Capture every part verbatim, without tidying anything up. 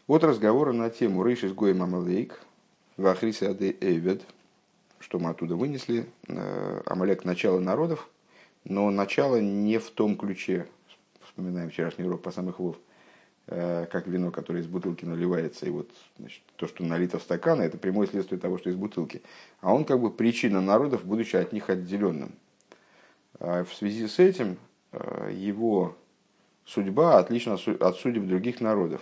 Вот разговоры на тему Рейшис Гоем Амалейк, Вахриса Аде Эйвед, что мы оттуда вынесли. Амалек – начало народов, но начало не в том ключе, вспоминаем вчерашний урок по самых вов, как вино, которое из бутылки наливается, и вот значит, то, что налито в стаканы, это прямое следствие того, что из бутылки. А он как бы причина народов, будучи от них отделенным. В связи с этим его судьба отлична от судеб других народов.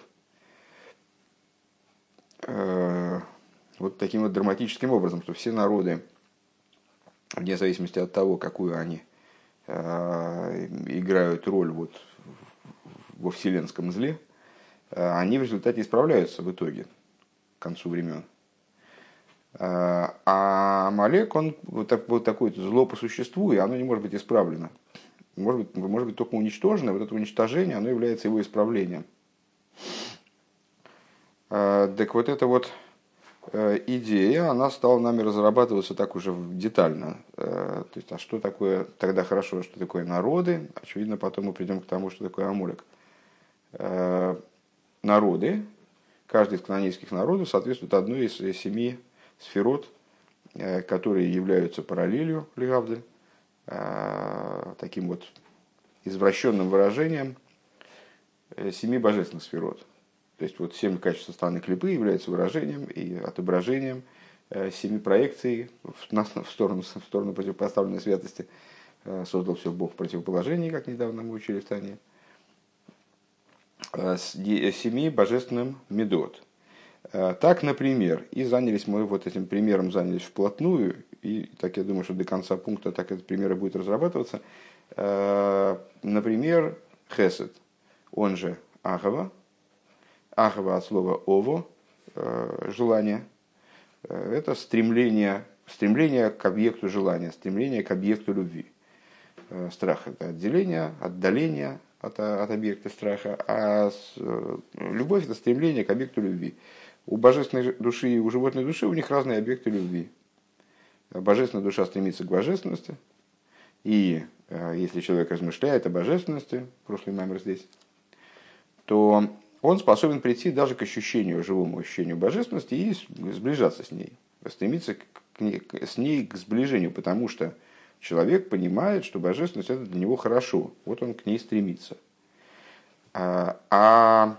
Вот таким вот драматическим образом, что все народы, вне зависимости от того, какую они играют роль вот во вселенском зле, они в результате исправляются в итоге, к концу времен. А Амалек, он вот, так, вот такое зло по существу, и оно не может быть исправлено. Может быть, может быть только уничтожено, вот это уничтожение, оно является его исправлением. Так вот эта вот идея, она стала нами разрабатываться так уже детально. То есть, а что такое тогда хорошо, что такое народы? Очевидно, потом мы придем к тому, что такое Амалек. Народы, каждый из канонейских народов соответствует одной из семи сферот, которые являются параллелью Легавдель, таким вот извращенным выражением семи божественных сферот. То есть вот семь качеств страны клипы являются выражением и отображением семи проекций в сторону, в сторону противопоставленной святости. Создал все Бог в противоположении, как недавно мы учили в Тане. Семи божественным медот. Так, например, и занялись мы вот этим примером, занялись вплотную, и так я думаю, что до конца пункта так этот пример и будет разрабатываться. Например, хесед, он же агава, агава от слова ово, желание, это стремление, стремление к объекту желания, стремление к объекту любви. Страх – это отделение, отдаление от, от объекта страха, а любовь – это стремление к объекту любви. У божественной души и у животной души у них разные объекты любви. Божественная душа стремится к божественности, и если человек размышляет о божественности, прошлый маймер здесь, то он способен прийти даже к ощущению, живому ощущению божественности и сближаться с ней, стремиться к ней, с ней к сближению, потому что человек понимает, что божественность – это для него хорошо, вот он к ней стремится. А, а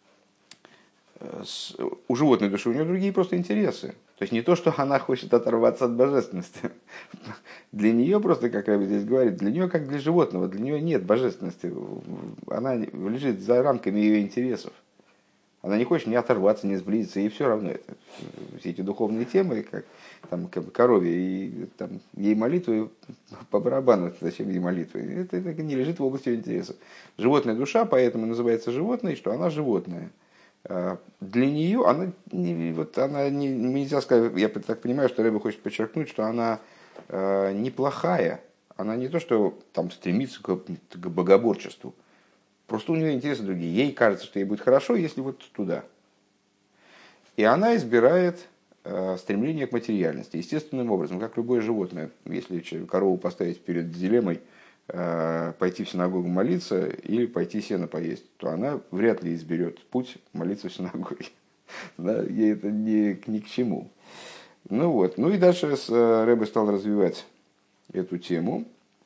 у животной души у нее другие просто интересы. То есть не то, что она хочет оторваться от божественности. Для нее просто, как Рэбби здесь говорит, для нее как для животного, для нее нет божественности. Она лежит за рамками ее интересов. Она не хочет ни оторваться, ни сблизиться, ей все равно это. Все эти духовные темы, как там, корове, и там, ей молитвы по барабану, зачем ей молитвы? Это, это не лежит в области ее интересов. Животная душа, поэтому называется животной, что она животное. Для нее она, не, вот она не, нельзя сказать, я так понимаю, что Рэбби хочет подчеркнуть, что она э, неплохая, она не то, что там стремится к, к богоборчеству, просто у нее интересы другие, ей кажется, что ей будет хорошо, если вот туда. И она избирает э, стремление к материальности, естественным образом, как любое животное. Если корову поставить перед дилеммой, пойти в синагогу молиться или пойти сено поесть, то она вряд ли изберет путь молиться в синагоге. Да, ей это ни, ни к чему. Ну вот. Ну и дальше Рэбби стал развивать эту тему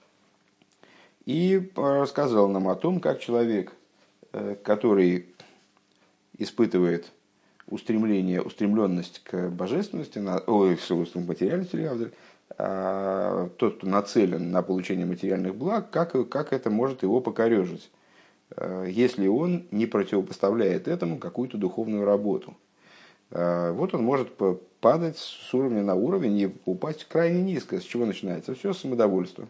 и рассказал нам о том, как человек, который испытывает устремление, устремленность к божественности, ой, к материальности, а тот, кто нацелен на получение материальных благ, как, как это может его покорежить, если он не противопоставляет этому какую-то духовную работу. Вот он может падать с уровня на уровень и упасть крайне низко. С чего начинается? Все с самодовольства.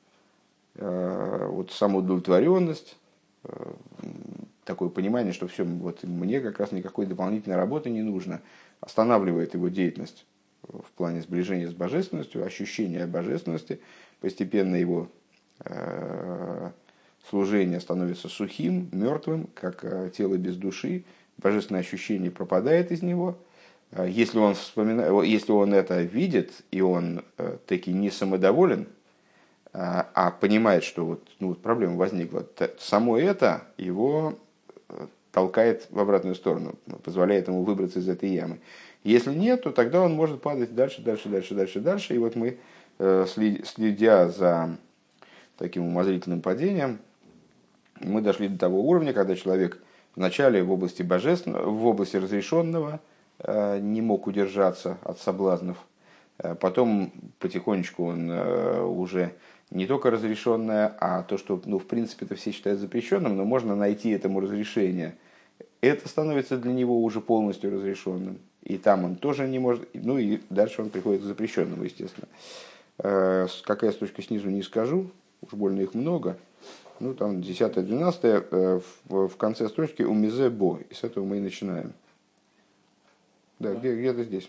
Вот самоудовлетворенность, такое понимание, что все, вот мне как раз никакой дополнительной работы не нужно, останавливает его деятельность в плане сближения с божественностью, ощущения божественности, постепенно его э, служение становится сухим, мертвым, как э, тело без души, божественное ощущение пропадает из него. Если он, вспоминает, если он это видит, и он э, таки не самодоволен, э, а понимает, что вот, ну, вот проблема возникла, то само это его толкает в обратную сторону, позволяет ему выбраться из этой ямы. Если нет, то тогда он может падать дальше, дальше, дальше, дальше, дальше. И вот мы, следя за таким умозрительным падением, мы дошли до того уровня, когда человек вначале в области божественного, в области разрешенного не мог удержаться от соблазнов. Потом потихонечку он уже не только разрешенное, а то, что ну, в принципе это все считают запрещенным, но можно найти этому разрешение. Это становится для него уже полностью разрешенным. И там он тоже не может. Ну и дальше он приходит к запрещенному, естественно. Какая строчка снизу, не скажу. Уж больно их много. Ну там десятая, двенадцатая. В конце строчки умизе бо. И с этого мы и начинаем. Да, где, где-то здесь.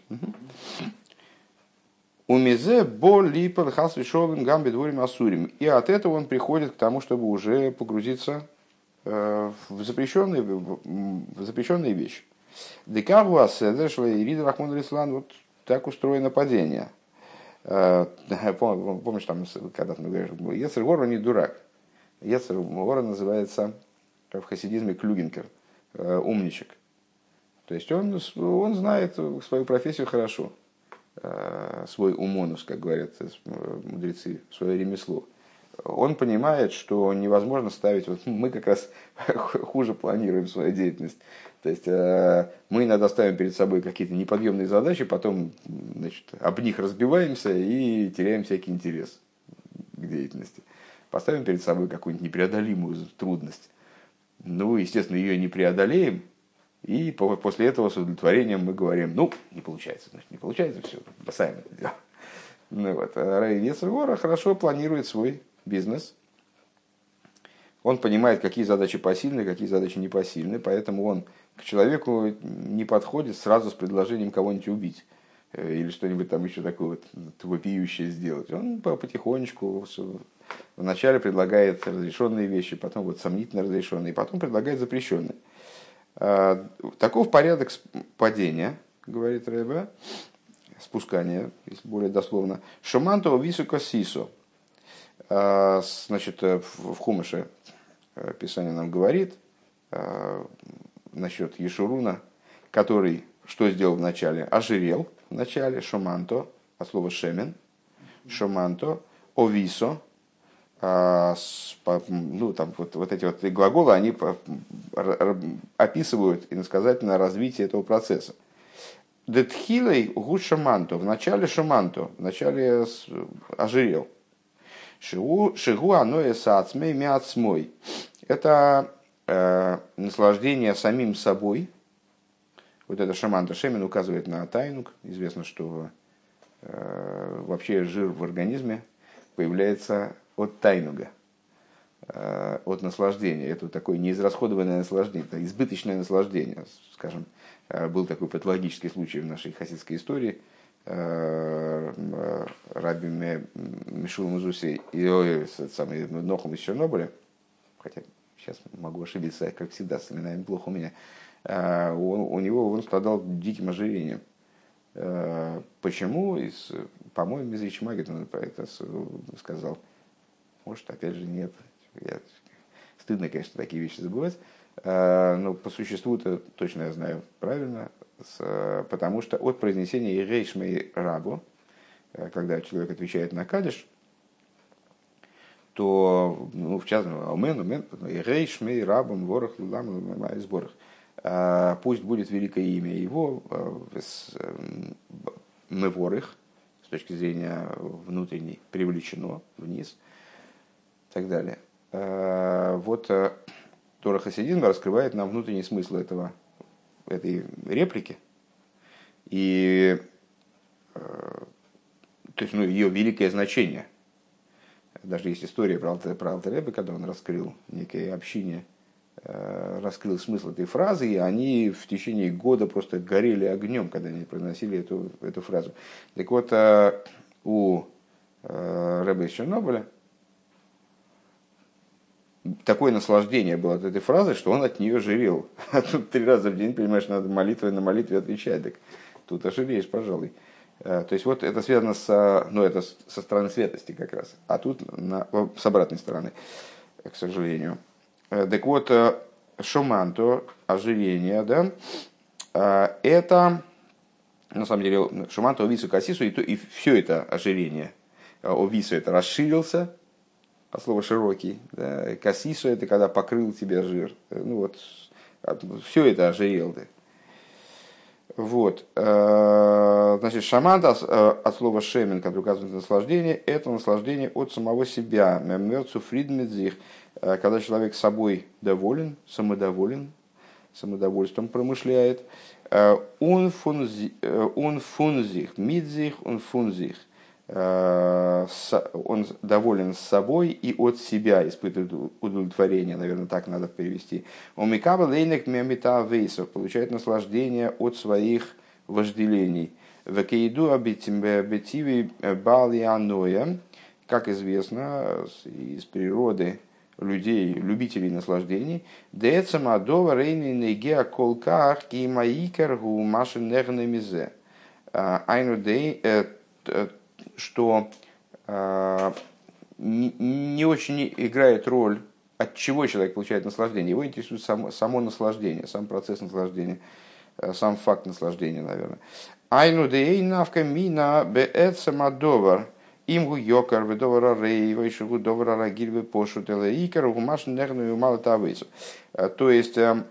Умизе бо липан хас вишовен гамби дворим асурим. И от этого он приходит к тому, чтобы уже погрузиться в запрещенные, в запрещенные вещи. Декавуас, Ирида Рахмон Рислан, вот так устроено падение. Помнишь, там, когда мы говорим, Ецер Гора не дурак. Ецер Гора называется в хасидизме клюгенкер, умничек. То есть он, он знает свою профессию хорошо, свой умонус, как говорят мудрецы, свое ремесло. Он понимает, что невозможно ставить, вот мы как раз хуже планируем свою деятельность. То есть мы иногда ставим перед собой какие-то неподъемные задачи, потом значит, об них разбиваемся и теряем всякий интерес к деятельности. Поставим перед собой какую-нибудь непреодолимую трудность. Ну, естественно, ее не преодолеем, и после этого с удовлетворением мы говорим, ну, не получается, значит, не получается, все, бросаем это дело. Ну, вот. А Ецер Гора хорошо планирует свой бизнес. Он понимает, какие задачи посильны, какие задачи непосильны, поэтому он к человеку не подходит сразу с предложением кого-нибудь убить или что-нибудь там еще такое вот вопиющее сделать. Он потихонечку вначале предлагает разрешенные вещи, потом вот сомнительно разрешенные, потом предлагает запрещенные. Таков порядок падения, говорит Ребе, спускания, если более дословно. Шоманто висука сисо. Значит, в Хумаше Писание нам говорит насчет Ешуруна, который что сделал вначале? Ожирел вначале, шоманто, от слова шемен, шоманто, овисо. Ну, там вот, вот эти вот глаголы, они описывают иносказательное развитие этого процесса. Детхилей гуд шаманто, в начале шаманто, в начале ожирел. Шигу аное сацмей мяцмой. Это э, наслаждение самим собой. Вот это шаманто. Шемен указывает на тайнук. Известно, что э, вообще жир в организме появляется от тайнуга, э, от наслаждения. Это такое неизрасходованное наслаждение, это избыточное наслаждение. Скажем, э, был такой патологический случай в нашей хасидской истории. Раби Мишулам Зуси и самый Нохум из Чернобыля, хотя сейчас могу ошибиться, как всегда, с именами плохо у меня, он, у него он страдал диким ожирением. Почему? Из, по-моему, из Ричмагет он про это сказал. Может, опять же, нет. Я, стыдно, конечно, такие вещи забывать. Но по существу-то точно я знаю правильно. Потому что от произнесения «Ирейшмей рабу», когда человек отвечает на кадиш, то, ну, в частности, «Омен, омен, ирейшмей рабом ворох лулам сборах». Пусть будет великое имя его, меворых, с точки зрения внутренней, привлечено вниз, и так далее. Вот Тора хасидизма раскрывает нам внутренний смысл этого этой реплики и э, то есть, ну, ее великое значение. Даже есть история про Алтер Ребе, когда он раскрыл некое общине, э, раскрыл смысл этой фразы, и они в течение года просто горели огнем, когда они произносили эту, эту фразу. Так вот, э, у э, Ребе из Чернобыля такое наслаждение было от этой фразы, что он от нее жирел. А тут три раза в день, понимаешь, надо молитвой на молитве отвечать. Так тут ожиреешь, пожалуй. То есть вот это связано с, ну, это со стороны святости как раз. А тут на, с обратной стороны, к сожалению. Так вот, шуманто, ожирение, да, это, на самом деле, шуманто, овису, косису, и, то, и все это ожирение. Овису это расширился, от слова широкий, да, косису это когда покрыл тебя жир. Ну вот, все это ожирел ты. Вот. Значит, шаманта от слова шемен, который указывает на наслаждение, это наслаждение от самого себя. Мерцу фридмедзих, когда человек собой доволен, самодоволен, самодовольством промышляет. Он фунзих, мидзих, он фунзих. Он доволен собой и от себя испытывает удовлетворение, наверное, так надо перевести. Омикаба лейнек мемита вейсов получает наслаждение от своих вожделений. Векейду обетиви балианоя, как известно из природы людей, любителей наслаждений, децамадова рейни негеа колках и маикер гу машин нернемизе. Айну дей что э, не, не очень играет роль, от чего человек получает наслаждение. Его интересует само, само наслаждение, сам процесс наслаждения, э, сам факт наслаждения, наверное. Айну деэй навка мина беэт самадовар имгу йокар ведовара рей вайшигу довара рагиль вепошу телеикар гумаш нерную мало тавейсу. То есть э,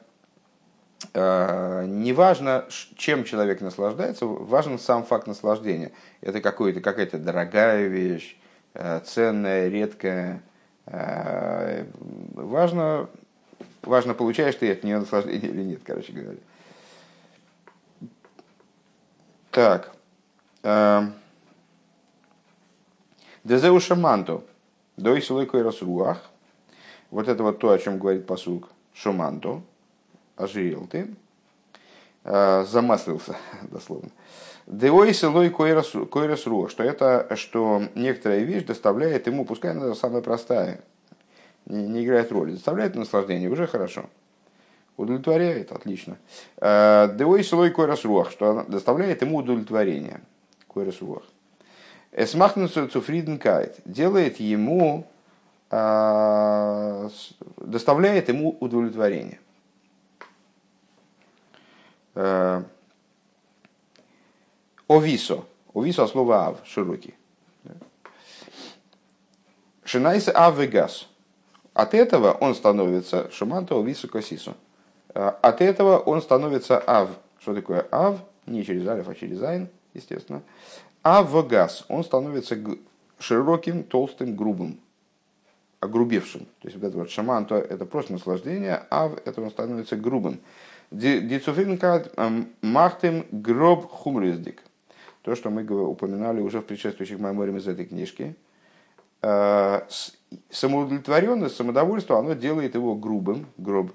неважно, чем человек наслаждается, важен сам факт наслаждения. Это какая-то дорогая вещь, ценная, редкая. Важно, важно, получаешь ты от нее наслаждение или нет, короче говоря. Так. Дезеу шаманту. Дой сулойкой расруах. Вот это вот то, о чем говорит пасук. Шаманту. Ожирел ты, замаслился, дословно. Девой силой койрас рух, что это, что некоторая вещь доставляет ему, пускай она самая простая, не, не играет роли, доставляет наслаждение, уже хорошо. Удовлетворяет, отлично. Девой силой койрас рух, что она доставляет ему удовлетворение. Койрас рух. Эсмахнуцу цуфриденкайт делает ему, доставляет ему удовлетворение. Овисо. Овисо от слова ав, широкий. Шинайса ав вегас. От этого он становится шуманто овисо косисо. От этого он становится ав. Что такое ав? Не через алиф, а через айн, естественно. Ав вегас. Он становится широким, толстым, грубым. Огрубевшим. То есть вот это вот шаманто это просто наслаждение, ав это он становится грубым. Дицуфинкат махтем гроб хумриздик. То, что мы упоминали уже в предшествующих майморем из этой книжки. Самоудовлетворенность, самодовольство, оно делает его грубым, гроб,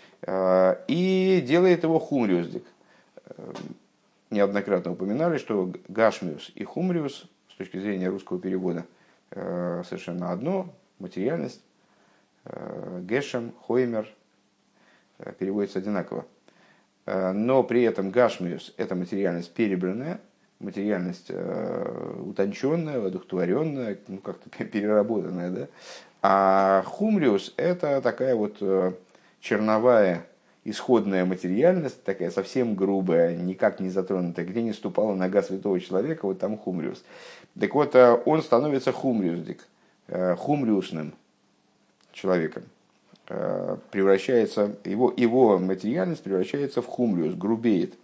и делает его хумриздик. Неоднократно упоминали, что гашмиус и хумриус, с точки зрения русского перевода, совершенно одно, материальность, гешем, хоймер, переводится одинаково. Но при этом гашмиус – это материальность перебранная, материальность утонченная, одухотворенная, ну, как-то переработанная. Да? А хумриус – это такая вот черновая, исходная материальность, такая совсем грубая, никак не затронутая, где не ступала нога святого человека, вот там хумриус. Так вот, он становится хумриусдик, хумриусным человеком. Превращается, его, его материальность превращается в хумриус, грубеет.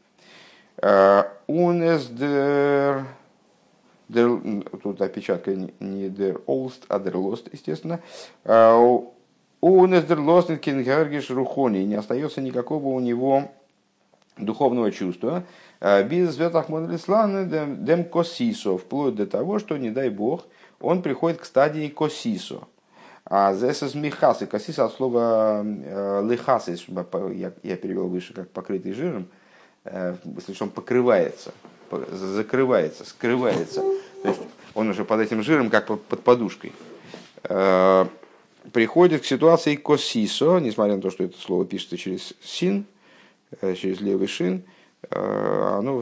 Унездер, тут опечатка не der Olst, а der Lost, естественно. Унездер Lost кингергиш рухони, не остается никакого у него духовного чувства. Без светах моделислана дем косисо, вплоть до того, что, не дай бог, он приходит к стадии косисо. А зесес михасы, косис от слова лихасис, я, я перевел выше как покрытый жиром, если он покрывается, закрывается, скрывается. То есть он уже под этим жиром как под подушкой. Приходит к ситуации косисо, несмотря на то, что это слово пишется через син, через левый шин, оно,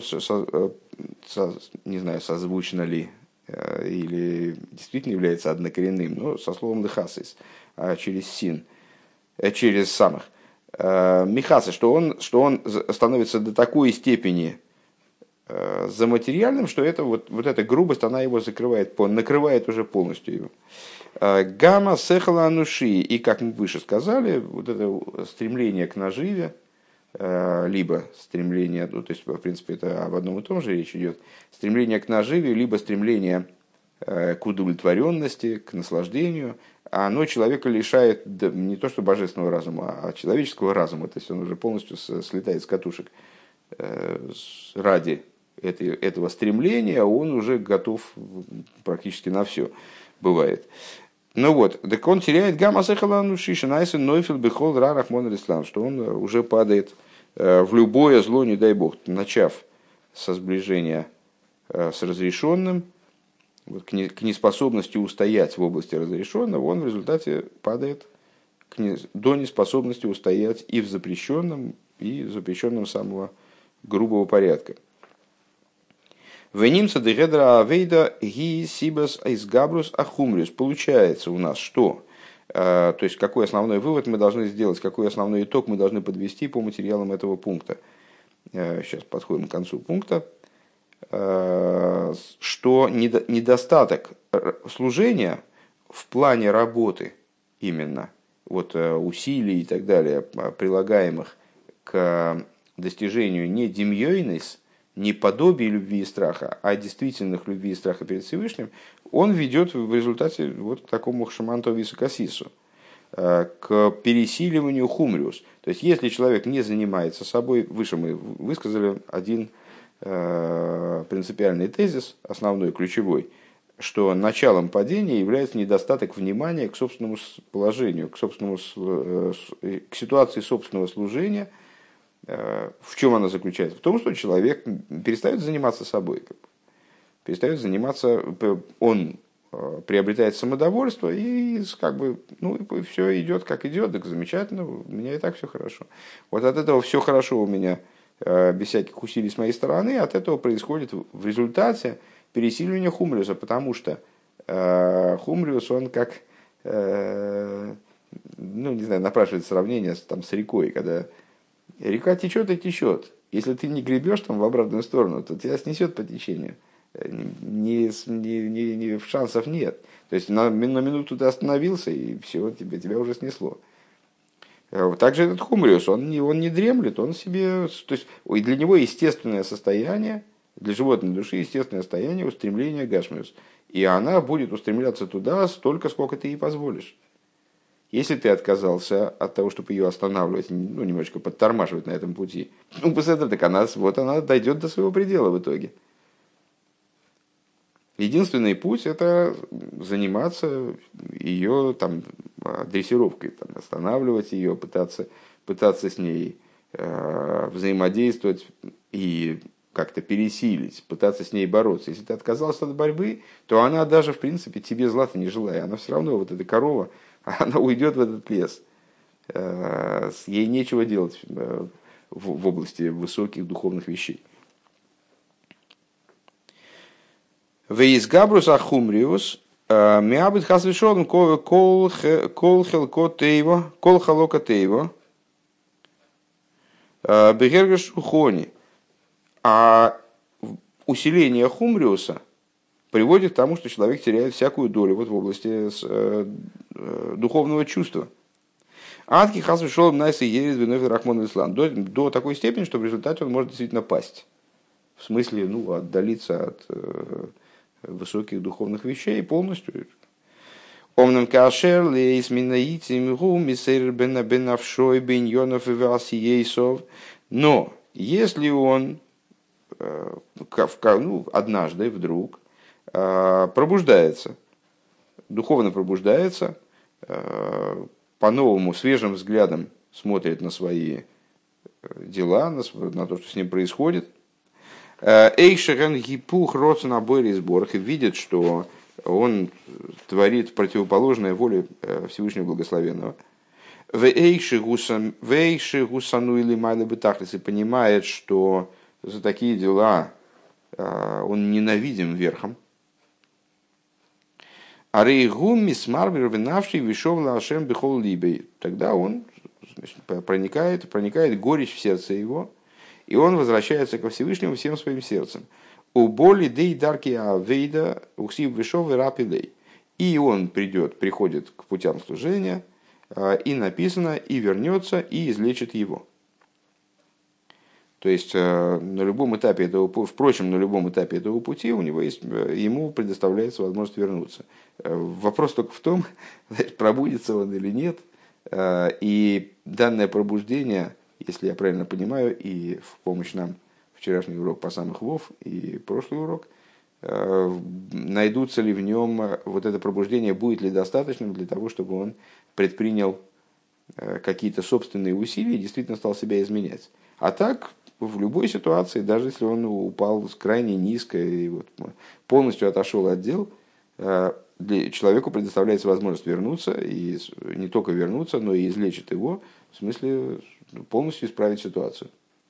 не знаю, созвучно ли, или действительно является однокоренным, но со словом лехасис, через син, через самых. Михаса, что он, что он становится до такой степени за материальным, что это, вот, вот эта грубость, она его закрывает, накрывает уже полностью его. Гамма сехала ануши, и как мы выше сказали, вот это стремление к наживе, либо стремление, ну, то есть, в принципе, это об одном и том же речь идет, стремление к наживе, либо стремление к удовлетворенности, к наслаждению, оно человека лишает не то что божественного разума, а человеческого разума, то есть он уже полностью слетает с катушек. Ради этого стремления он уже готов практически на все, бывает. Ну вот, так он теряет гамма сехалану шишинайсен нойфил бихол рарах монарислам, что он уже падает в любое зло, не дай бог, начав со сближения с разрешенным, вот, к неспособности устоять в области разрешенного, он в результате падает к не, до неспособности устоять и в запрещенном, и в запрещенном самого грубого порядка. Венимца дегедра авейда ги сибас айсгабрус ахумриус. Получается у нас что? То есть какой основной вывод мы должны сделать, какой основной итог мы должны подвести по материалам этого пункта. Сейчас подходим к концу пункта. Что недостаток служения в плане работы именно, вот усилий и так далее, прилагаемых к достижению не демьёйнес, не подобия любви и страха, а действительных любви и страха перед Всевышним, он ведет в результате вот к такому шаманту високосису, к пересиливанию хумриус. То есть, если человек не занимается собой, выше мы высказали один принципиальный тезис, основной, ключевой, что началом падения является недостаток внимания к собственному положению, к, собственному, к ситуации собственного служения. В чем она заключается? В том, что человек перестает заниматься собой, перестает заниматься, он приобретает самодовольство и как бы, ну, все идет как идет, так замечательно, у меня и так все хорошо. Вот от этого все хорошо у меня без всяких усилий с моей стороны, от этого происходит в результате пересиливание хумриуса, потому что э, хумриус, он как, э, ну, не знаю, напрашивает сравнение с, там, с рекой, когда река течет и течет. Если ты не гребешь там в обратную сторону, то тебя снесет по течению. Ни, ни, ни, ни, шансов нет. То есть на, на минуту ты остановился, и все, тебя, тебя уже снесло. Также этот хумриус, он не, он не дремлет, он себе... То есть для него естественное состояние, для животной души естественное состояние устремления гашмиус. И она будет устремляться туда столько, сколько ты ей позволишь. Если ты отказался от того, чтобы ее останавливать, ну, немножечко подтормаживать на этом пути, ну, посмотри, так она, вот она дойдет до своего предела в итоге. Единственный путь – это заниматься ее там, дрессировкой, там, останавливать ее, пытаться, пытаться с ней э, взаимодействовать и как-то пересилить, пытаться с ней бороться. Если ты отказался от борьбы, то она даже, в принципе, тебе зла-то не желая. Она все равно, вот эта корова, она уйдет в этот лес. Э, ей нечего делать в, в области высоких духовных вещей. Вейс Габрус Ахумриус, Миабит Хасвишон, Кол Хелко Тейво, Кол Халока Тейво, Бегергаш Ухони. А усиление Хумриуса приводит к тому, что человек теряет всякую долю вот в области духовного чувства. Адки Хасвишон Найса Ерит Виновит Рахмон Ислам. До такой степени, что в результате он может действительно пасть. В смысле, ну, отдалиться от высоких духовных вещей полностью. Омнам кашер лейс минаитим гу мисер бен бенавшой беньонов и васиейсов. Но если он ну, однажды вдруг пробуждается, духовно пробуждается, по-новому, свежим взглядом смотрит на свои дела, на то, что с ним происходит, Эйшерен гипух родсен обои сборах и видит, что он творит противоположное воле Всевышнего Благословенного. Вейши гусану или майла бетахлис и понимает, что за такие дела он ненавидим верхом. А рейгум мисмарвер винавший вишов лашем бихол либей. Тогда он значит, проникает, проникает горечь в сердце его, и он возвращается ко Всевышнему всем своим сердцем. У боли дей дарки авейда ухсив вышов и рапилей. И он придет, приходит к путям служения, и написано, и вернется, и излечит его. То есть на любом этапе этого, впрочем, на любом этапе этого пути у него есть, ему предоставляется возможность вернуться. Вопрос только в том, пробудится он или нет. И данное пробуждение, если я правильно понимаю, и в помощь нам вчерашний урок по самых вов и прошлый урок, найдутся ли в нем вот это пробуждение, будет ли достаточным для того, чтобы он предпринял какие-то собственные усилия и действительно стал себя изменять. А так, в любой ситуации, даже если он упал крайне низко и вот полностью отошел от дел, для человеку предоставляется возможность вернуться, и не только вернуться, но и излечит его, в смысле полностью исправить ситуацию.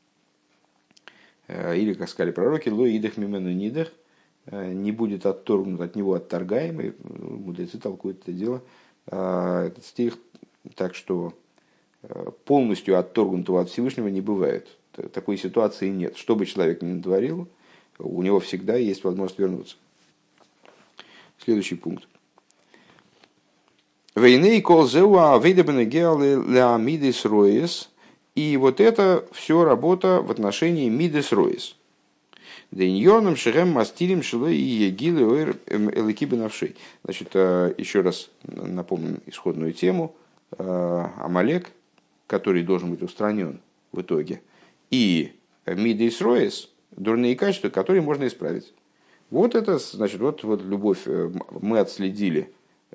Или, как сказали пророки, «Ло идах мимену нидах», не будет отторгнут от него отторгаемый. Мудрецы толкуют это дело, этот стих, так что полностью отторгнутого от Всевышнего не бывает. Такой ситуации нет. Что бы человек ни натворил, у него всегда есть возможность вернуться. Следующий пункт. И вот это все работа в отношении мидес роис. Деньоном шерем мастилем шило и егилы эликибенавшей. Значит, еще раз напомним исходную тему. Амалек, который должен быть устранен в итоге, и мидес роис, дурные качества, которые можно исправить. Вот это, значит, вот, вот любовь, мы отследили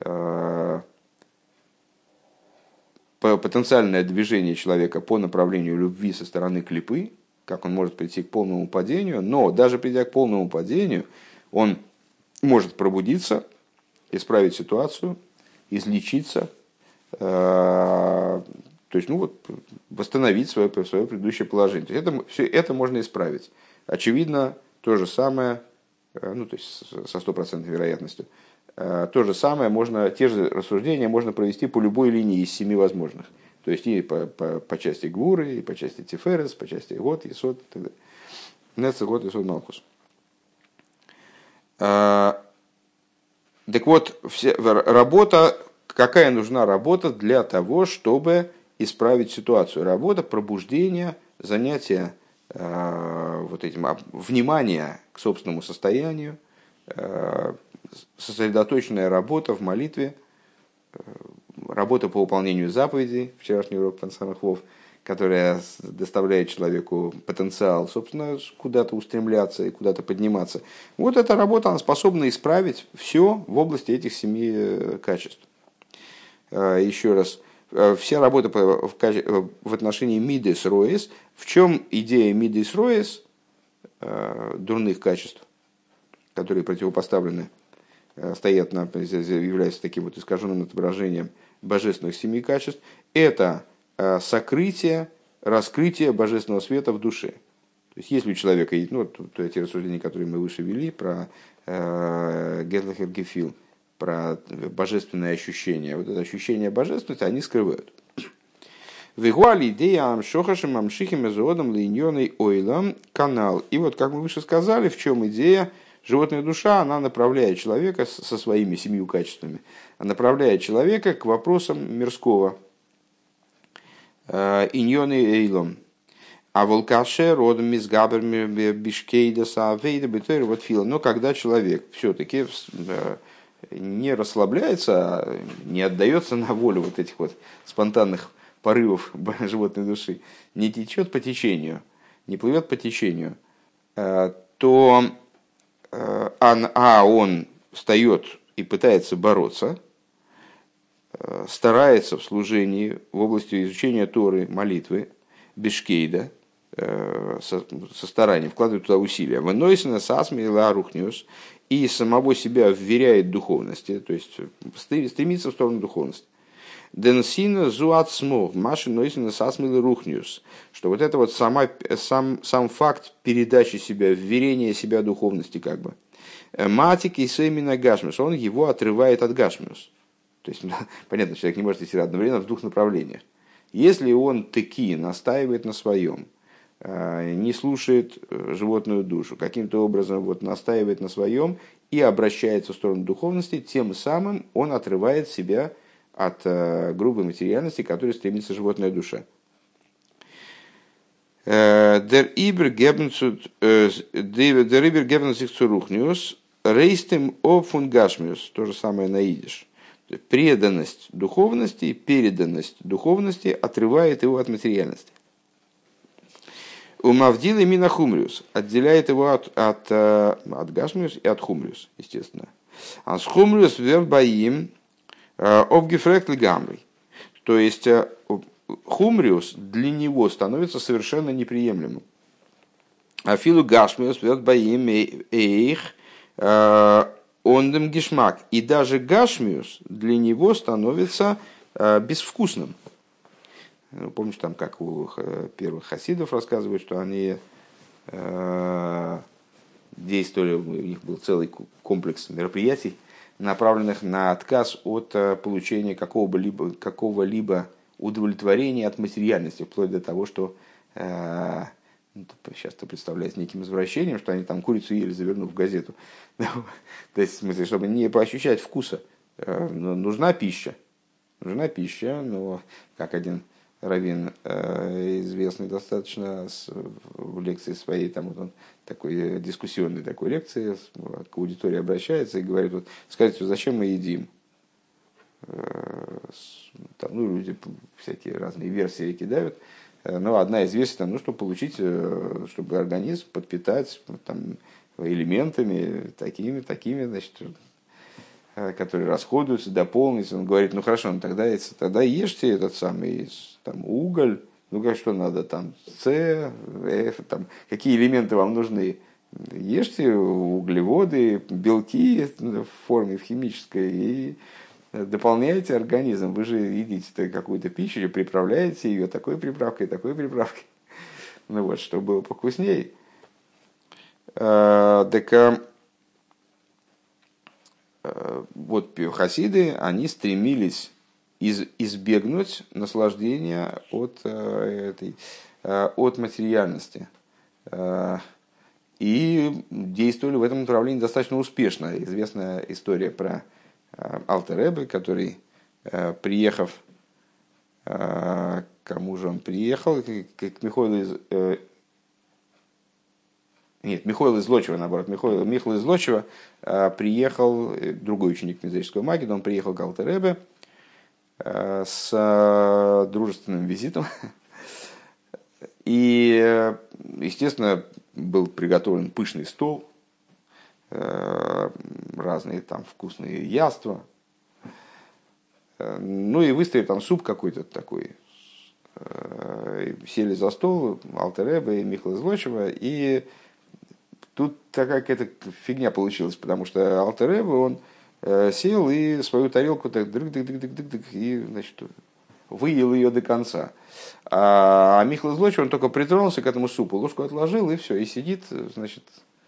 потенциальное движение человека по направлению любви со стороны клипы, как он может прийти к полному падению, но даже придя к полному падению, он может пробудиться, исправить ситуацию, излечиться, то есть, ну вот, восстановить свое, свое предыдущее положение. То есть это, все это можно исправить. Очевидно, то же самое, ну, то есть со стопроцентной вероятностью, то же самое можно, те же рассуждения можно провести по любой линии из семи возможных. То есть и по, по, по части Гвуры, и по части Тиферес, по части Год, Есод и так далее. Нецех, Год, Есод, Малхус. Так вот, все, работа, какая нужна работа для того, чтобы исправить ситуацию? Работа пробуждения, занятия вот этим, внимания к собственному состоянию, сосредоточенная работа в молитве, работа по выполнению заповедей, вчерашний урок Пансамах Вов, которая доставляет человеку потенциал, собственно, куда-то устремляться и куда-то подниматься. Вот эта работа, она способна исправить все в области этих семи качеств. Еще раз, вся работа в отношении мидес роис. В чем идея мидес роис, дурных качеств, которые противопоставлены, стоят на, являются таким вот искаженным отображением божественных семи качеств, это сокрытие, раскрытие божественного света в душе. То есть, если у человека, ну, то, то эти рассуждения, которые мы выше вели, про э, Гетлахер Гефил, про божественное ощущение, вот это ощущение божественности, они скрывают. Вигуали идея амшохашем амшихим эзоодом линьоной ойлам канал. И вот, как мы выше сказали, в чем идея? Животная душа, она направляет человека со своими семью качествами, направляет человека к вопросам мирского. Иньоны эйлом. А волкаше родом мизгабер бишкейда саавейда бетер вот фила. Но когда человек все-таки не расслабляется, не отдается на волю вот этих вот спонтанных порывов животной души, не течет по течению, не плывет по течению, то а он встает и пытается бороться, старается в служении в области изучения Торы, молитвы, бешкейда, со, со старанием, вкладывает туда усилия. Выносина сасми ларухнюс, и самого себя вверяет духовности, то есть стремится в сторону духовности. Денсина зуатсмов, маши нойсина сасми ларухнюс, что вот это вот сама, сам, сам факт передачи себя, вверения себя духовности, как бы. Матик и сеймина гашмиус, он его отрывает от гашмиус. То есть, понятно, человек не может идти одновременно в двух направлениях. Если он таки настаивает на своем, не слушает животную душу, каким-то образом вот настаивает на своем и обращается в сторону духовности, тем самым он отрывает себя от грубой материальности, к которой стремится животная душа. Der Übergebensich zu Ruchnius, Reistem Opfun Gashmius, то же самое на идиш. Преданность духовности и переданность духовности отрывает его от материальности. У Мавдилы Мина Хумриус отделяет его от, от, от Гашмиус и от Хумриус, естественно. А с Хумриус вербаим обгефректли гамрой. То есть Хумриус для него становится совершенно неприемлемым. Афилу Гашмиус вербаим эйх ондем гешмак. И даже Гашмиус для него становится безвкусным. Помнишь, там, как у первых хасидов рассказывают, что они э, действовали, у них был целый комплекс мероприятий, направленных на отказ от получения какого-либо, какого-либо удовлетворения от материальности, вплоть до того, что э, сейчас это представляется неким извращением, что они там курицу ели, завернув в газету. То есть, в смысле, чтобы не поощущать вкуса, нужна пища. Нужна пища, но как один раввин, известный достаточно в лекции своей, там вот он такой дискуссионной такой лекции, к аудитории обращается и говорит: вот, скажите, зачем мы едим? Там, ну, люди всякие разные версии кидают. Но одна из версий, там, ну, чтобы получить, чтобы организм подпитать там, элементами такими, такими, значит, которые расходуются, дополнить. Он говорит: ну хорошо, ну тогда, тогда ешьте этот самый там, уголь, ну как что надо, там С, Ф, там, какие элементы вам нужны. Ешьте углеводы, белки в форме в химической и дополняйте организм. Вы же едите какую-то пищу или приправляете ее такой приправкой, такой приправкой. Ну вот, чтобы было покуснее. Так вот, хасиды, они стремились из, избегнуть наслаждения от, этой, от материальности. И действовали в этом направлении достаточно успешно. Известная история про Алтер Ребе, который, приехав, к кому же он приехал, к Михаилу из... Нет, Михаил из Лочева, наоборот. Михаил, Михаил из Лочева приехал, другой ученик мезрического магида, он приехал к Алтер Ребе с дружественным визитом. И, естественно, был приготовлен пышный стол, разные там вкусные яства. Ну и выставили там суп какой-то такой. Сели за стол Алтер Ребе и Михаил из Лочева, и тут такая какая-то фигня получилась, потому что Алтер Ребе, он сел и свою тарелку так дрык-дрык-дрык-дрык-дрык, и, значит, выел ее до конца. А Михаил из Лочева, он только притронулся к этому супу, ложку отложил, и все, и сидит, значит,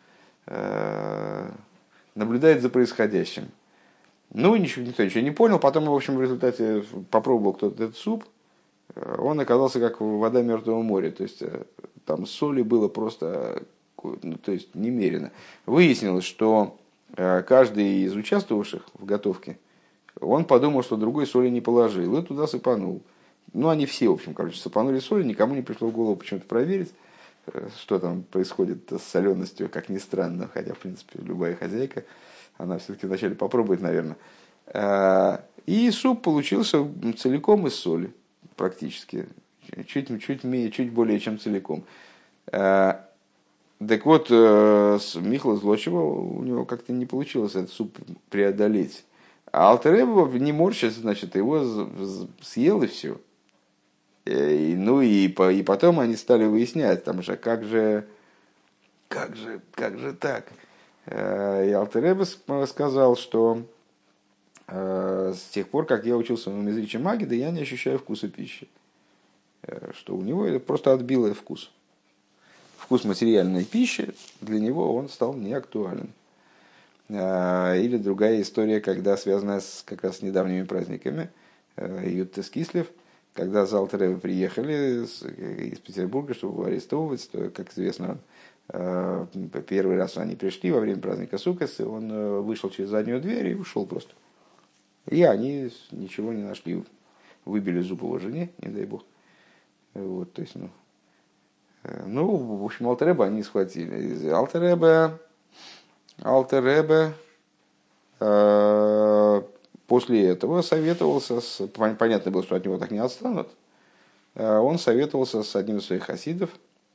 наблюдает за происходящим. Ну, ничего, никто ничего не понял. Потом, в общем, в результате попробовал кто-то этот суп. Он оказался как вода Мертвого моря. То есть, там соли было просто, ну, то есть, немерено. Выяснилось, что каждый из участвовавших в готовке, он подумал, что другой соли не положил, и туда сыпанул. Ну, они все, в общем, короче, сыпанули соли. Никому не пришло в голову почему-то проверить, что там происходит с соленостью, как ни странно. Хотя, в принципе, любая хозяйка, она все-таки вначале попробует, наверное. И суп получился целиком из соли, практически. Чуть, чуть, чуть более чем целиком. Так вот, с Михаила Злочева у него как-то не получилось этот суп преодолеть. А Алтер Ребе, не морщась, значит, его съел и все. И, ну и, и потом они стали выяснять, там же, как же, как же, как же так? И Алтер Ребе сказал, что с тех пор, как я учился в мезриче магида, я не ощущаю вкуса пищи. Что у него это просто отбило вкус. Вкус материальной пищи для него он стал неактуален. Или другая история, когда связанная с, как раз с недавними праздниками, Ют Тес Кислев, когда за Алтер приехали из Петербурга, чтобы его арестовывать, то, как известно, первый раз они пришли во время праздника Суккот, он вышел через заднюю дверь и ушел просто. И они ничего не нашли, выбили зуб его жене, не дай бог. Вот, то есть, ну, ну, в общем, Алтер Ребе они схватили. Алтер Ребе, Алтер Ребе э, после этого советовался, с, понятно было, что от него так не отстанут, он советовался с одним из своих хасидов,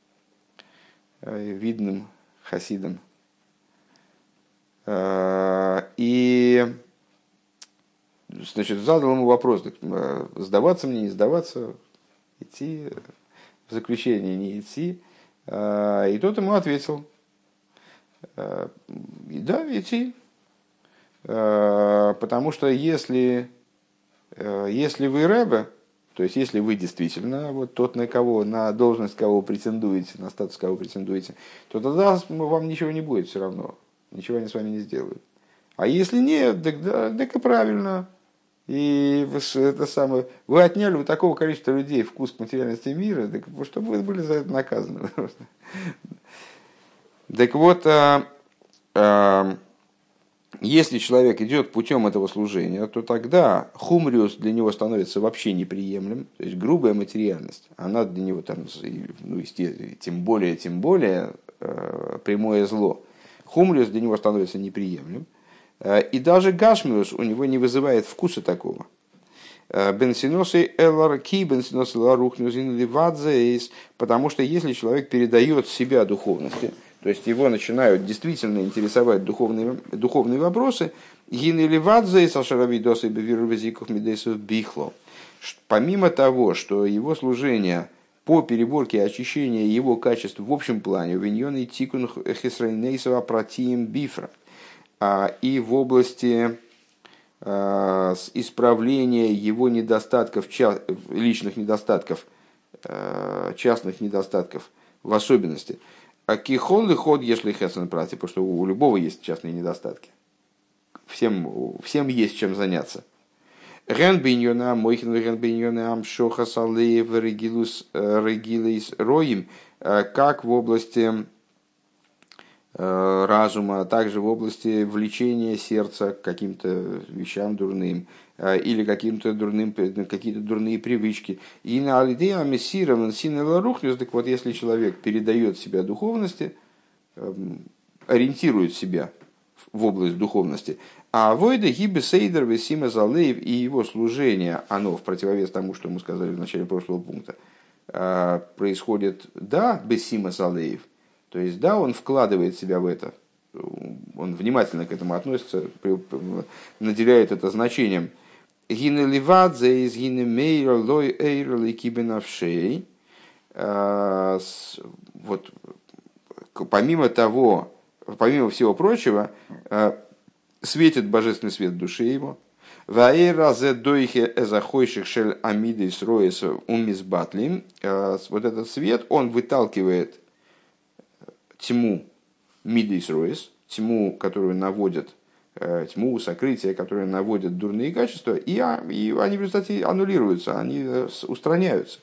видным хасидом. И, значит, задал ему вопрос, сдаваться мне, не сдаваться, идти в заключение, не идти. И тот ему ответил, да, идти. Потому что если, если вы ребе, то есть если вы действительно вот тот, на кого, на должность кого претендуете, на статус кого претендуете, то тогда вам ничего не будет все равно, ничего они с вами не сделают. А если нет, так, да, так и правильно. И это самое, вы отняли у такого количества людей вкус к материальности мира, так, чтобы вы были за это наказаны. Так вот, а, а, если человек идет путем этого служения, то тогда хумриус для него становится вообще неприемлем, то есть грубая материальность, она для него там, ну, тем более, тем более прямое зло. Хумриус для него становится неприемлем. И даже гашмиус у него не вызывает вкуса такого. Бенсиносы эларки, бенсиносы ларухнюзин ливадзеис, потому что если человек передает себя духовности, то есть его начинают действительно интересовать духовные, духовные вопросы, гины ливадзеис ашаравидосы бевирувезиков медесов бихло. Помимо того, что его служение по переборке и очищению его качеств в общем плане, виньоны тикун хисрайнейсова протием бифра, и в области исправления его недостатков, личных недостатков, частных недостатков в особенности. А кихон ли ход, если хесен прати, потому что у любого есть частные недостатки. Всем, всем есть чем заняться. Рен биньона, мойхин рен биньона, амшоха салеев, регилус, регилейс роим, как в области разума, а также в области влечения сердца к каким-то вещам дурным или каким-то дурным, какие-то дурные привычки. И на алидея мессира синела рухнес, так вот, если человек передает себя духовности, ориентирует себя в область духовности, а войда гибе сейдер весима залеев и его служение, оно в противовес тому, что мы сказали в начале прошлого пункта, происходит, да, бесима залеев. То есть, да, он вкладывает себя в это, он внимательно к этому относится, наделяет это значением. Гинеливадзе из гинемейра лой эйрли кибенавшей. Вот, помимо того, помимо всего прочего, светит божественный свет в душе его. Ваэра зе дойхе эзахойших шель амиды сроес умизбатлим. Вот этот свет, он выталкивает тьму мидейс роис, тьму, которую наводят, тьму сокрытия, которое наводят дурные качества, и, и они в результате аннулируются, они устраняются.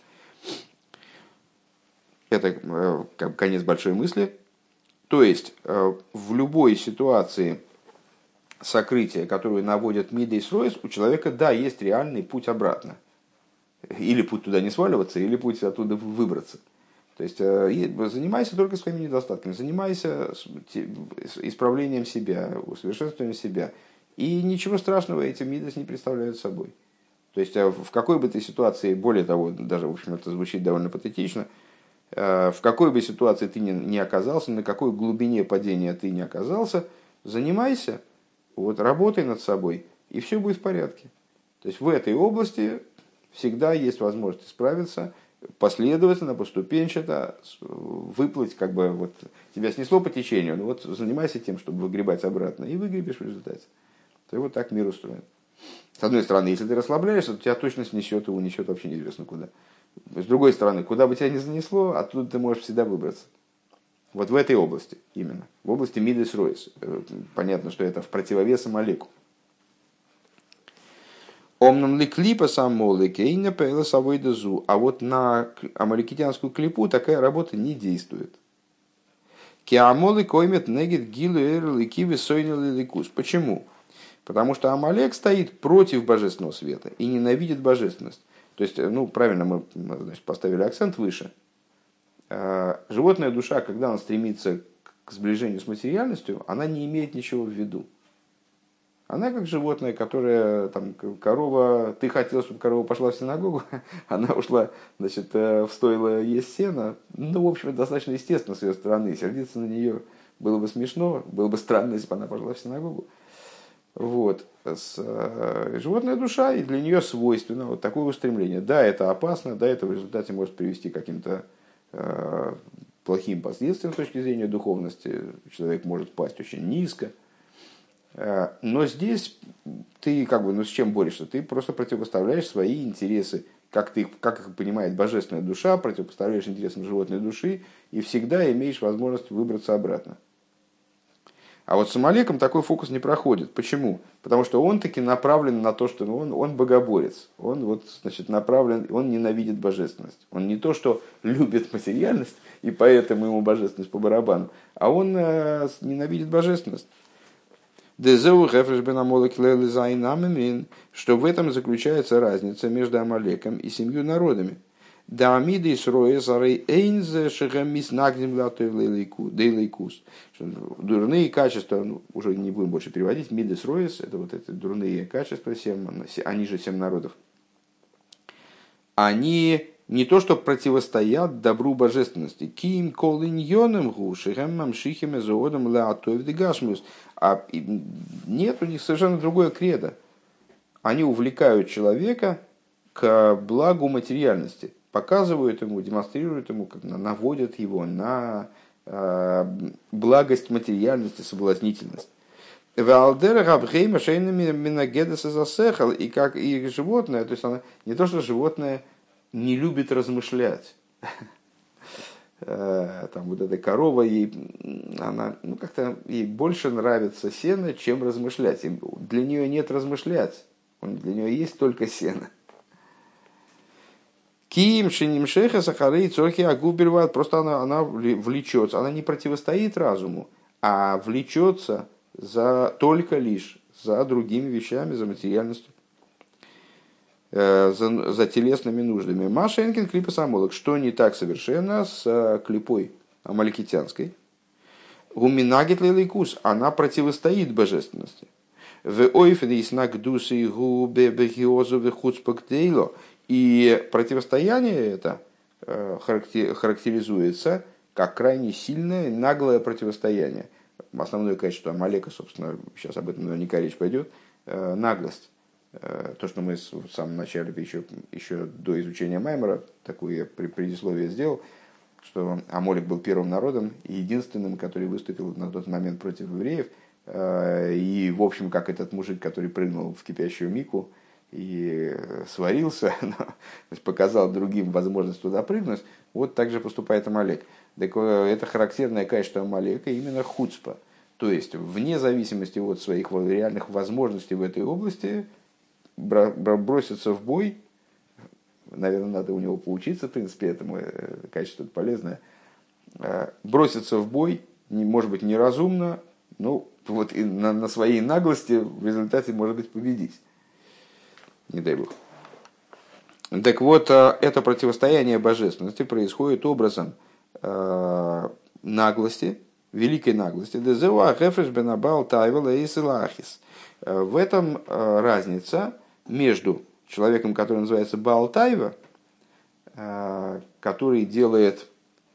Это как конец большой мысли. То есть в любой ситуации сокрытия, которую наводят мидейс роис, у человека, да, есть реальный путь обратно. Или путь туда не сваливаться, или путь оттуда выбраться. То есть занимайся только своими недостатками, занимайся исправлением себя, усовершенствованием себя. И ничего страшного эти мидас не представляют собой. То есть в какой бы ты ситуации, более того, даже в общем это звучит довольно патетично, в какой бы ситуации ты ни оказался, на какой глубине падения ты не оказался, занимайся, вот, работай над собой, и все будет в порядке. То есть в этой области всегда есть возможность справиться, последовательно, поступенчато выплыть, как бы вот тебя снесло по течению, ну вот занимайся тем, чтобы выгребать обратно, и выгребешь в результате. То есть вот так мир устроен. С одной стороны, если ты расслабляешься, то тебя точно снесет и унесет вообще неизвестно куда. С другой стороны, куда бы тебя ни занесло, оттуда ты можешь всегда выбраться. Вот в этой области именно, в области мидес ройс. Понятно, что это в противовес Амалеку. Омном ли клипа самолы кейна пэла совой дезу. А вот на амаликитянскую клипу такая работа не действует. Киамолы коймет негит гилу эрлики висойнил ликус. Почему? Потому что Амалек стоит против божественного света и ненавидит божественность. То есть, ну, правильно мы, значит, поставили акцент выше. Животная душа, когда она стремится к сближению с материальностью, она не имеет ничего в виду. Она как животное, которое, там, корова, ты хотел, чтобы корова пошла в синагогу, она ушла, значит, в стойло есть сено. Ну, в общем, достаточно естественно с ее стороны. Сердиться на нее было бы смешно, было бы странно, если бы она пошла в синагогу. Вот. С, э, животная душа, и для нее свойственно вот такое устремление. Да, это опасно, да, это в результате может привести к каким-то э, плохим последствиям с точки зрения духовности. Человек может пасть очень низко. Но здесь ты как бы, ну с чем борешься? Ты просто противопоставляешь свои интересы, как, ты, как их понимает божественная душа, противопоставляешь интересам животной души и всегда имеешь возможность выбраться обратно. А вот с Амалеком такой фокус не проходит. Почему? Потому что он таки направлен на то, что он, он богоборец. Он вот, значит, направлен, он ненавидит божественность. Он не то, что любит материальность, и поэтому ему божественность по барабану, а он э, ненавидит божественность. Что в этом заключается разница между Амалеком и семью народами. Дурные качества, ну, уже не будем больше переводить, мидес роес, это вот эти дурные качества, семь, они же семь народов. Они не то что противостоят добру божественности. Ким колиньоном гушихем мамшихем эзоодом лаатоев дегашмус. А нет, у них совершенно другое кредо. Они увлекают человека к благу материальности. Показывают ему, демонстрируют ему, наводят его на благость материальности, соблазнительность. И как и животное, то есть она не то, что животное не любит размышлять. Там вот эта корова, ей, она, ну, как-то ей больше нравится сено, чем размышлять. И для нее нет размышлять, для нее есть только сено. Киим шиним шеха сахары цохи агуберват. Просто она, она влечется, она не противостоит разуму, а влечется за, только лишь за другими вещами, за материальностью, э, за, за телесными нуждами. Маша Энкин клипа самолок. Что не так совершенно с э, клипой амаликитянской? Гуминагит лиликус. Она противостоит божественности. В ойфене снак дусы губе бегиозу вехуцпактейло. И противостояние это э, характеризуется как крайне сильное, наглое противостояние. Основное качество Амалека, собственно, сейчас об этом наверняка речь пойдет, э, наглость. Э, то, что мы в самом начале, еще, еще до изучения Маймера, такое предисловие сделал, что Амалек был первым народом и единственным, который выступил на тот момент против евреев. Э, и, в общем, как этот мужик, который прыгнул в кипящую мику и сварился, показал другим возможность туда прыгнуть, вот так же поступает Амалек. Так это характерное качество Амалека именно хуцпа. То есть, вне зависимости от своих реальных возможностей в этой области, броситься в бой, наверное, надо у него поучиться, в принципе, этому качество полезное, броситься в бой, может быть, неразумно, но вот на, на своей наглости в результате, может быть, победить. Не дай бог. Так вот, это противостояние божественности происходит образом э, наглости, великой наглости. В этом э, разница между человеком, который называется Баал Тайва, э, который делает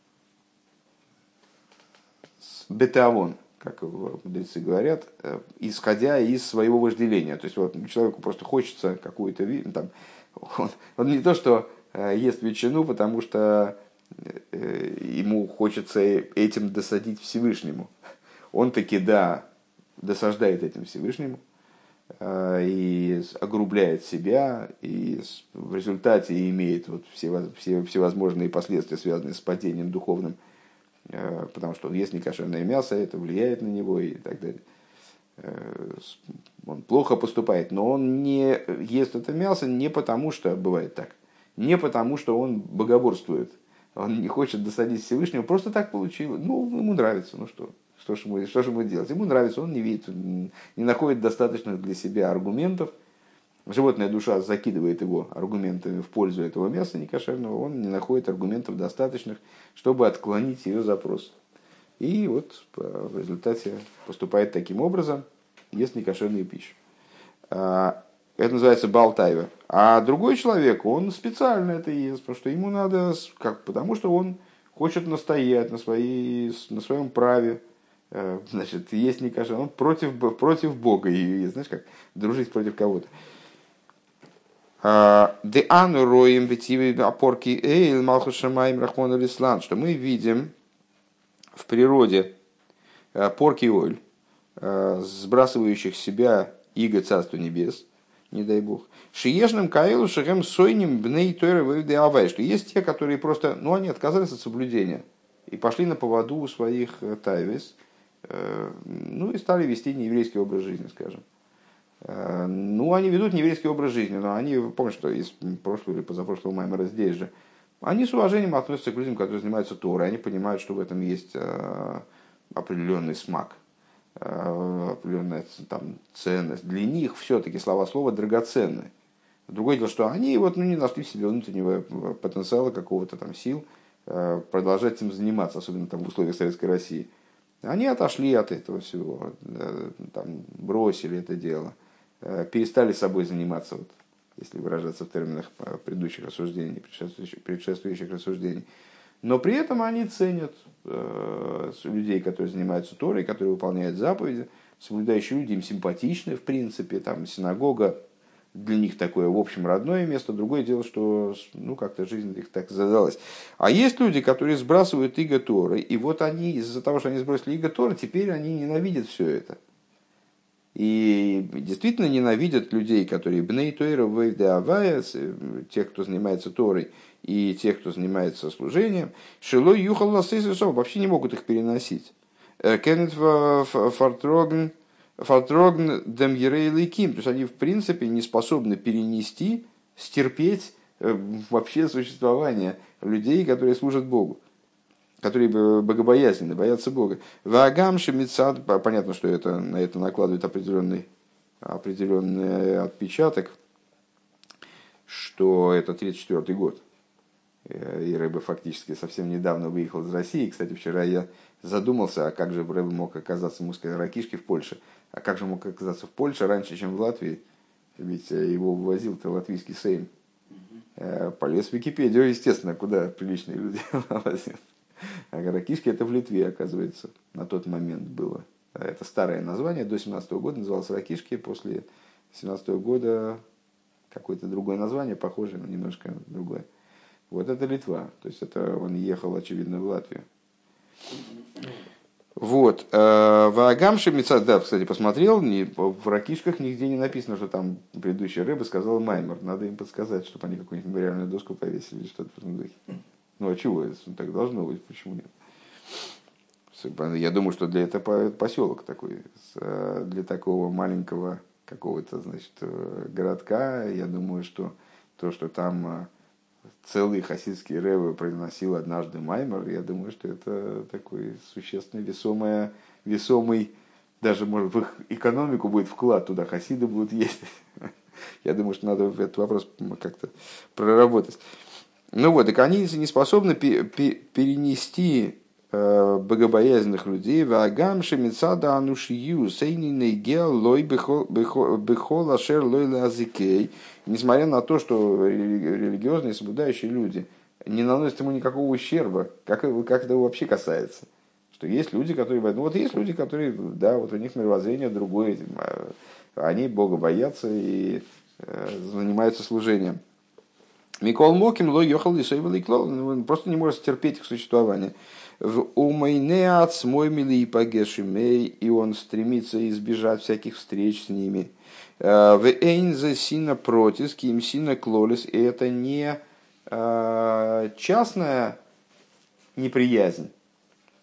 бетавон, как мудрецы говорят, исходя из своего вожделения. То есть вот, человеку просто хочется какую-то... Там, он, он не то, что ест ветчину, потому что ему хочется этим досадить Всевышнему. Он таки, да, досаждает этим Всевышнему и огрубляет себя, и в результате имеет вот все, все, всевозможные последствия, связанные с падением духовным, потому что он ест некошерное мясо, это влияет на него и так далее. он плохо поступает, но он не ест это мясо не потому, что бывает так, не потому, что он богоборствует, он не хочет досадить Всевышнему, просто так получилось, ну, ему нравится, ну что, что же ему, что же ему делать, ему нравится, он не видит, не находит достаточных для себя аргументов, животная душа закидывает его аргументами в пользу этого мяса некошерного, он не находит аргументов достаточных, чтобы отклонить ее запрос. И вот в результате поступает таким образом, ест некошерную пищу. Это называется балтайва. А другой человек, он специально это ест, потому что ему надо, как, потому что он хочет настоять на, своей, на своем праве. Значит, есть некошерно, он против, против Бога, и, знаешь, как дружить против кого-то. Де ану роем бетивы опорки эйл малхушамаим рахмон алислан, что мы видим в природе порки оль, сбрасывающих с себя иго Царства Небес, не дай бог, шиежным каэлу шехем сойним бней тойра вывды авай, что есть те, которые просто, ну, они отказались от соблюдения и пошли на поводу у своих тайвес, ну, и стали вести нееврейский образ жизни, скажем. Ну, они ведут нееврейский образ жизни, но они, помню, что из прошлого или позапрошлого маймера здесь же, они с уважением относятся к людям, которые занимаются Торой, они понимают, что в этом есть определенный смак, определенная там, ценность. Для них все-таки слова слова драгоценны. Другое дело, что они вот, ну, не нашли в себе внутреннего потенциала какого-то там сил продолжать этим заниматься, особенно там, в условиях Советской России. Они отошли от этого всего, там, бросили это дело, перестали собой заниматься, вот, если выражаться в терминах предыдущих рассуждений, предшествующих, предшествующих рассуждений. Но при этом они ценят э, людей, которые занимаются Торой, которые выполняют заповеди, соблюдающие люди, им симпатичны, в принципе, там, синагога для них такое, в общем, родное место. Другое дело, что, ну, как-то жизнь их так задалась. А есть люди, которые сбрасывают иго Торы, и вот они, из-за того, что они сбросили иго Торы, теперь они ненавидят все это. И действительно ненавидят людей, которые бней Тойра вейвде авая, тех, кто занимается Торой, и тех, кто занимается служением, шилой юхал ласейсусов, вообще не могут их переносить. Кеннет фартрогн фартрогн демгирей ким, то есть они в принципе не способны перенести, стерпеть вообще существование людей, которые служат Богу, которые богобоязненны, боятся Бога. Ваагам шемицад, понятно, что это, на это накладывает определенный, определенный отпечаток, что это тридцать четвёртый год. И Рэбе фактически совсем недавно выехал из России. Кстати, вчера я задумался, а как же Рэбе мог оказаться, мы сказали, ракишки в Польше. А как же мог оказаться в Польше раньше, чем в Латвии? Ведь его вывозил-то латвийский сейм. Полез в Википедию, естественно, куда приличные люди вывозят. А ракишки это в Литве, оказывается, на тот момент было. Это старое название, до семнадцатого года называлось ракишки, после семнадцатого года какое-то другое название, похожее, но немножко другое. Вот это Литва, то есть это он ехал, очевидно, в Латвию. Вот. Ваагамши Мицад, да, кстати, посмотрел, в ракишках нигде не написано, что там предыдущий Рэбе сказал Маймер. Надо им подсказать, чтобы они какую-нибудь мемориальную доску повесили или что-то в этом духе. Ну а чего? Так должно быть, почему нет? Я думаю, что для этого поселок такой, для такого маленького какого-то, значит, городка, я думаю, что то, что там целый хасидский рэбе произносил однажды маймер, я думаю, что это такой существенный, весомый, весомый, даже, может, в их экономику будет вклад туда, хасиды будут есть. Я думаю, что надо этот вопрос как-то проработать. Ну вот, и они не способны перенести богобоязненных людей в агамше мецада анушию сейниней гел лой бехол ашер лой лазикей, несмотря на то, что религиозные соблюдающие люди не наносят ему никакого ущерба, как, как это вообще касается. Что есть люди, которые... Ну вот есть люди, которые, да, вот у них мировоззрение другое, они Бога боятся и занимаются служением. Микол Моким лой ехал и сойвал он просто не может терпеть их существование. В умайнеац мой мили пагешимей, и он стремится избежать всяких встреч с ними. В эйнзе сина протис, ким сина клолис, и это не частная неприязнь,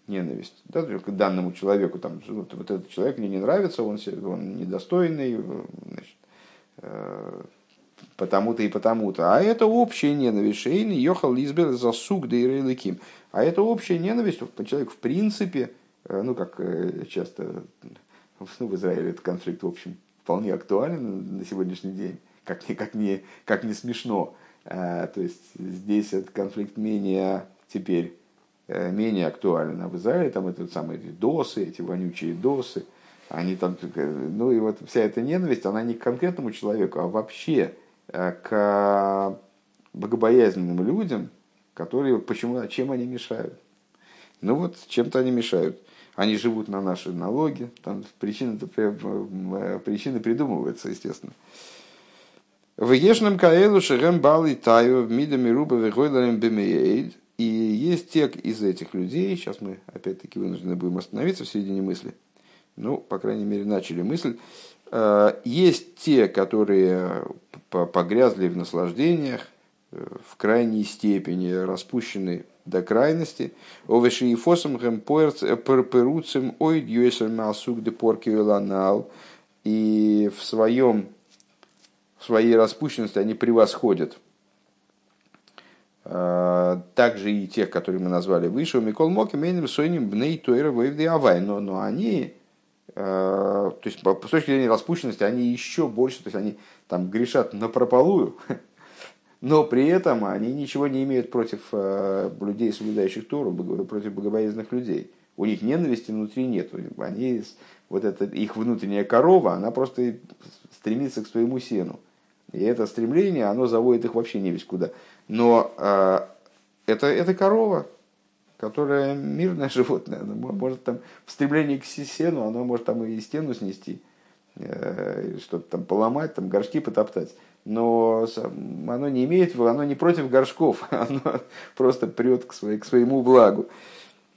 ненависть, да, к данному человеку, там, вот, вот этот человек мне не нравится, он, он недостойный, значит, э, потому-то и потому-то. А это общая ненависть. Шейн йохал лизбер за сук да и А это общая ненависть. Человек в принципе, ну как часто ну, в Израиле этот конфликт, в общем, вполне актуален на сегодняшний день, как ни, как ни, как ни смешно. А, то есть здесь этот конфликт менее теперь менее актуален. А в Израиле там это самые досы, эти вонючие досы, они там, ну и вот вся эта ненависть, она не к конкретному человеку, а вообще к богобоязненным людям, которые, почему, чем они мешают? Ну вот, чем-то они мешают. Они живут на наши налоги, там причины, причины придумываются, естественно. В Ешном Каэлу Шерем Бали Таю в Мидами Руба Вегойларем Бемеейд. И есть те из этих людей, сейчас мы опять-таки вынуждены будем остановиться в середине мысли, ну, по крайней мере, начали мысль. Есть те, которые погрязли в наслаждениях, в крайней степени распущены до крайности. Овеши и фосом гэм перуцем ой дьюэсер малсук де поркиоланал. И в своем, в своей распущенности они превосходят также и тех, которые мы назвали выше. Микол Моки, Мейнем, Сойним, Бней, Тойра, Вейвды, Авай. Но, но они, то есть, по, с точки зрения распущенности, они еще больше, то есть, они там грешат напропалую, но при этом они ничего не имеют против людей, соблюдающих Тору, против богобоязненных людей. У них ненависти внутри нет. Они, вот эта их внутренняя корова, она просто стремится к своему сену. И это стремление, оно заводит их вообще не весь куда. Но э, это, это корова, которая мирное животное. Она может там в стремлении к сену, оно может там и стену снести, э, что-то там поломать, там горшки потоптать. Но оно не имеет, оно не против горшков, оно просто прет к, своей, к своему благу.